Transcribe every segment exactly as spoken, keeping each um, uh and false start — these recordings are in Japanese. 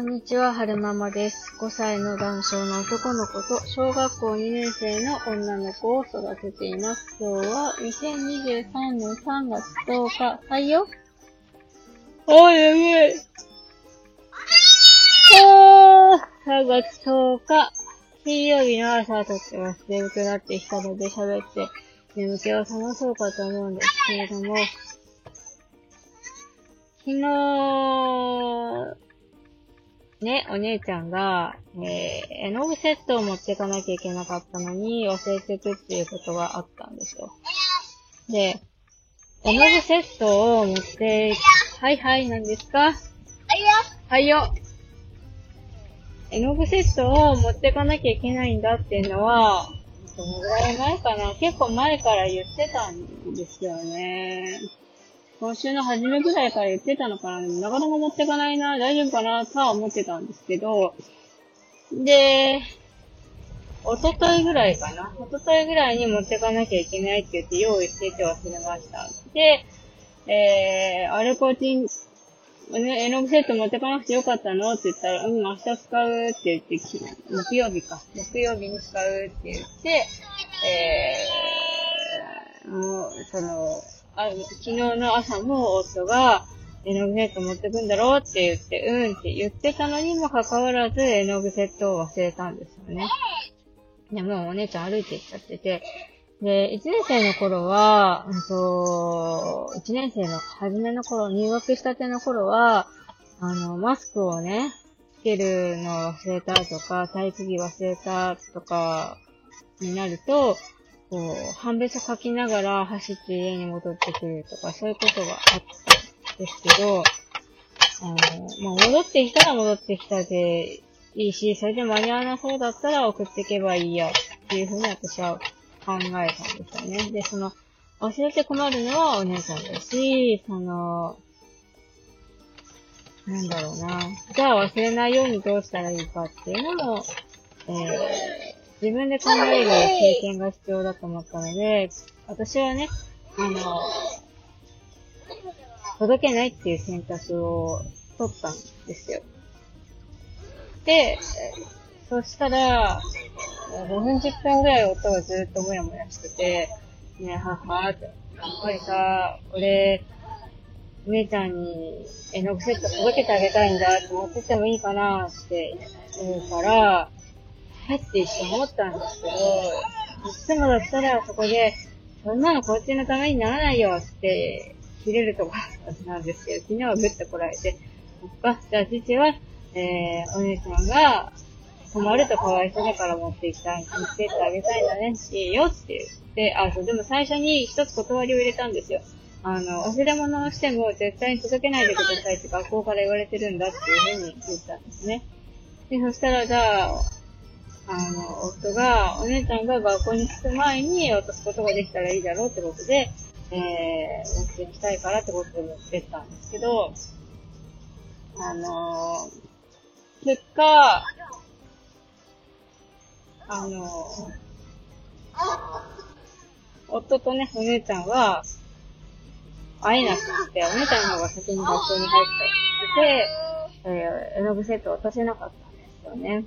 んにちは、はるままです。ごさいの男性の男の子と小学校にねん生の女の子を育てています。今日はにせんにじゅうさんねんさんがつとおか。はいよ。おい、眠い。あー、さんがつとおか。金曜日の朝撮ってます。眠くなってきたので喋って眠気を覚まそうかと思うんですけれども、昨日、ね、お姉ちゃんが、えー、絵の具セットを持っていかなきゃいけなかったのに忘れていくっていうことがあったんですよ。で、絵の具セットを持って、はいはい、何ですか？はいよ。はいよ。絵の具セットを持っていかなきゃいけないんだっていうのは、どのぐらい前かな？結構前から言ってたんですよね。今週の初めぐらいから言ってたのかな。でもなかなか持ってかないな、大丈夫かなとは思ってたんですけど、で、おとといぐらいかな。おとといぐらいに持ってかなきゃいけないって言って用意してて忘れました。で、えー、あれこっちに、絵の具セット持ってかなくてよかったのって言ったら、うん、明日使うって言って、木曜日か。木曜日に使うって言って、えー、もう、その、あ昨日の朝も夫が絵の具セット持ってくんだろうって言って、うんって言ってたのにもかかわらず絵の具セットを忘れたんですよね。でもうお姉ちゃん歩いて行っちゃってて、で、いちねん生の頃は、うんと、いちねん生の初めの頃、入学したての頃は、あの、マスクをね、つけるのを忘れたとか、体育着忘れたとかになると、こう、判別を書きながら走って家に戻ってくるとか、そういうことがあったんですけど、あの、まあ、戻ってきたら戻ってきたでいいし、それで間に合わなそうだったら送っていけばいいやっていうふうに私は考えたんですよね。で、その、忘れて困るのはお姉ちゃんだし、その、なんだろうな。じゃあ忘れないようにどうしたらいいかっていうのも、えー、自分で考える経験が必要だと思ったので、私はね、あの、届けないっていう選択を取ったんですよ。で、そしたら、ごふんじゅっぷんぐらい夫がずっともやもやしてて、ねえ、母って、やっぱりさ、俺、お姉ちゃんに絵の具セット届けてあげたいんだって持ってってもいいかなって言うから、えって一瞬思ったんですけど、いつもだったらそこで、そんなのこっちのためにならないよって切れるところなんですけど、昨日はぐっとこらえて、そっか、じゃあ父は、えー、お姉ちゃんが困るとかわいそうだから持っていきたい、持ってってあげたいんだね、いいよって言って、あ、そう、でも最初に一つ断りを入れたんですよ。あの、忘れ物をしても絶対に届けないでくださいって学校から言われてるんだっていうふうに言ったんですね。で、そしたらじゃあ、あの、夫が、お姉ちゃんが学校に着く前に渡すことができたらいいだろうってことで、えー、持って行きたいからってことで持ってったんですけど、あのー、結果、あのー、夫とね、お姉ちゃんは、会えなくて、お姉ちゃんの方が先に学校に入っちゃってて、えー、絵の具セットを渡せなかったんですよね。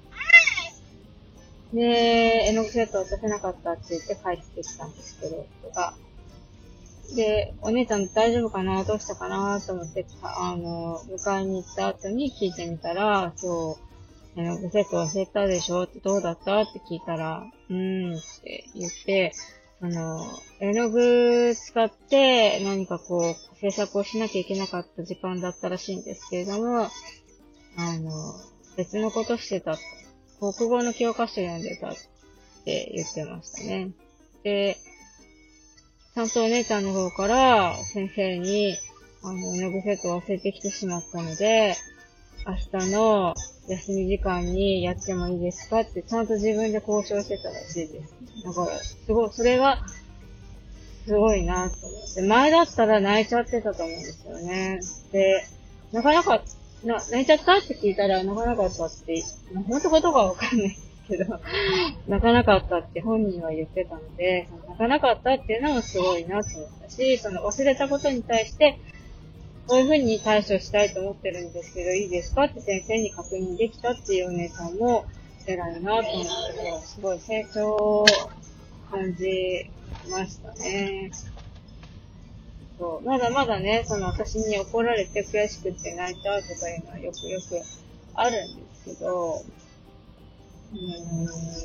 で、絵の具セットを渡せなかったって言って帰ってきたんですけど、とか。で、お姉ちゃん大丈夫かなどうしたかなと思って、あの、迎えに行った後に聞いてみたら、今日、絵の具セット忘れたでしょってどうだったって聞いたら、うーんって言って、あの、絵の具使って何かこう、制作をしなきゃいけなかった時間だったらしいんですけれども、あの、別のことしてた。国語の教科書読んでたって言ってましたね。で、ちゃんとお姉ちゃんの方から先生に、あの、絵の具セットを忘れてきてしまったので、明日の休み時間にやってもいいですかってちゃんと自分で交渉してたらしいです。だから、すごい、それが、すごいなと思って。前だったら泣いちゃってたと思うんですよね。で、なかなか、な、泣いちゃったって聞いたら泣かなかったって、本当ことがわかんないんですけど、泣かなかったって本人は言ってたので、泣かなかったっていうのもすごいなと思ったし、その忘れたことに対して、 こういうふうに対処したいと思ってるんですけど、いいですかって先生に確認できたっていうお姉さんも偉いなと思って、すごい成長を感じましたね。そう。まだまだね、その私に怒られて悔しくて泣いちゃうとかいうのはよくよくあるんですけど、うーん。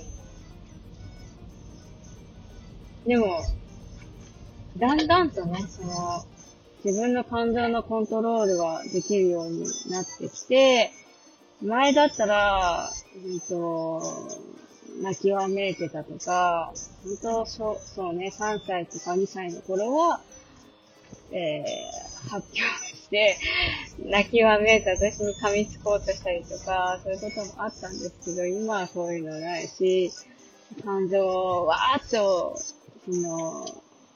でも、だんだんとね、その、自分の感情のコントロールができるようになってきて、前だったら、うんと、泣きわめいてたとか、本当そう、そうね、さんさいとかにさいの頃は、えー、発表して、泣きわめいて私に噛みつこうとしたりとか、そういうこともあったんですけど、今はそういうのないし、感情をわーっと、その、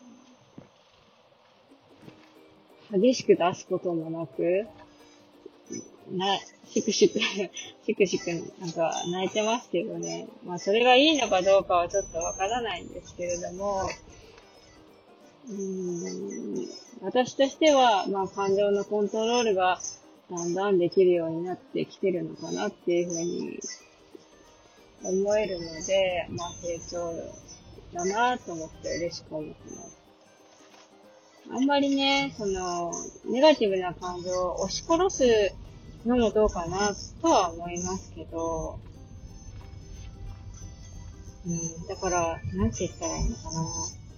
激しく出すこともなく、な、しくしく、しくしく、なんか泣いてますけどね。まあそれがいいのかどうかはちょっとわからないんですけれども、うーん、私としては、まあ感情のコントロールがだんだんできるようになってきてるのかなっていうふうに思えるので、まあ成長だなと思って嬉しく思ってます。あんまりね、その、ネガティブな感情を押し殺すのもどうかなとは思いますけど、うん、だから、なんて言ったらいいのかな。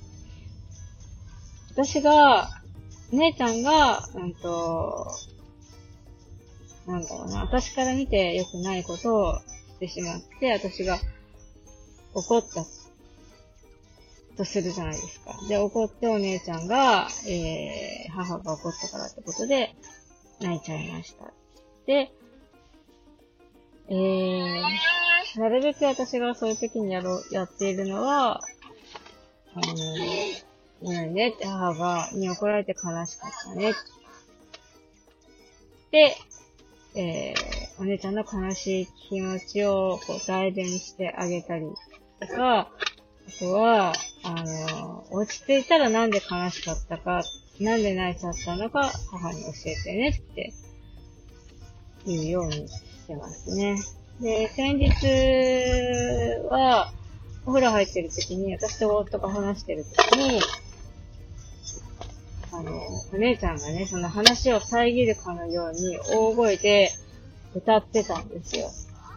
私が、姉ちゃんが、うんと、なんだろうな、私から見て良くないことをしてしまって、私が怒ったとするじゃないですか。で、怒ってお姉ちゃんが、えー、母が怒ったからってことで、泣いちゃいました。で、えー、なるべく私がそういう時にやろう、やっているのは、あの、ごめんねって母が、に怒られて悲しかったね。で、えー、お姉ちゃんの悲しい気持ちをこう代弁してあげたりとか、あとは、あの、落ち着いたらなんで悲しかったか、なんで泣いちゃったのか、母に教えてねって言うようにしてますね。で、先日は、お風呂入ってる時に、私と夫が話してる時に、あの、お姉ちゃんがね、その話を遮るかのように大声で歌ってたんですよ。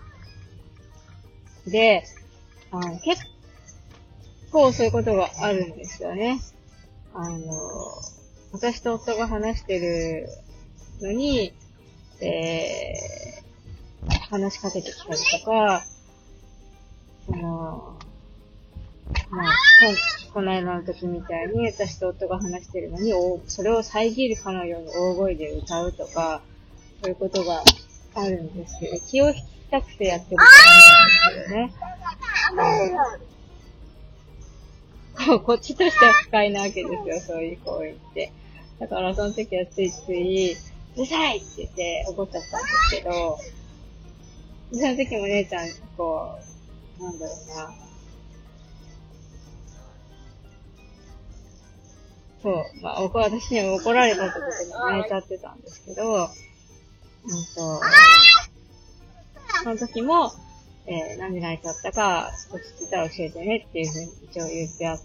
で、あの結構そういうことがあるんですよね。あの、私と夫が話してるのに、えー、話しかけてきたりとか、その、まあ、この間の時みたいに私と夫が話してるのに、それを遮るかのように大声で歌うとか、そういうことがあるんですけど、気を引きたくてやってることなんですけどね。こっちとしては不快なわけですよ、そういう行為って。だからその時はついつい、うるさいって言って怒っちゃったんですけど、その時も姉ちゃん、こう、なんだろうな、そう、まあ、私には怒られたってことに泣いちゃってたんですけど、うんと、その時も、えー、なんで泣いちゃったか、落ち着いたら教えてねっていうふうに一応言ってあって、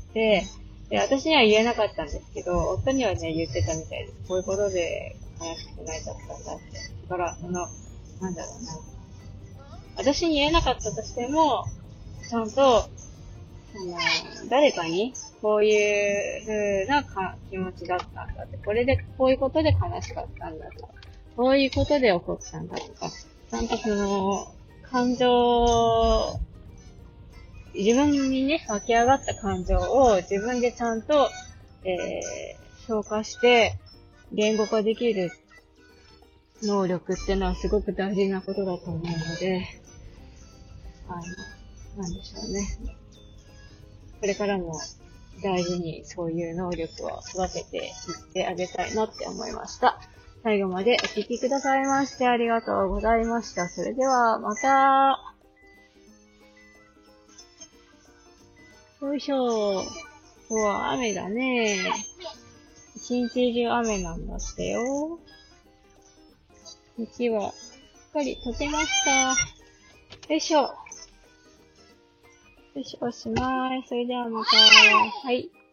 で、私には言えなかったんですけど、夫にはね、言ってたみたいです。こういうことで悲しくて泣いちゃったんだって。だから、その、なんだろうな。私に言えなかったとしても、ちゃんと、その、誰かに、こういう風なか気持ちだったんだって、これで、こういうことで悲しかったんだとか、こういうことで怒ったんだとか、ちゃんとその、感情、自分にね、湧き上がった感情を自分でちゃんと、えー、消化して、言語化できる能力っていうのはすごく大事なことだと思うので、あの、なんでしょうね。これからも大事にそういう能力を育てていってあげたいなって思いました。最後までお聞きくださいましてありがとうございました。それではまた。よいしょ。今日は雨だね。一日中雨なんだってよ。 雪はすっかり溶けました。よいしょ。よいしょ、おしまい。それではまた。はい。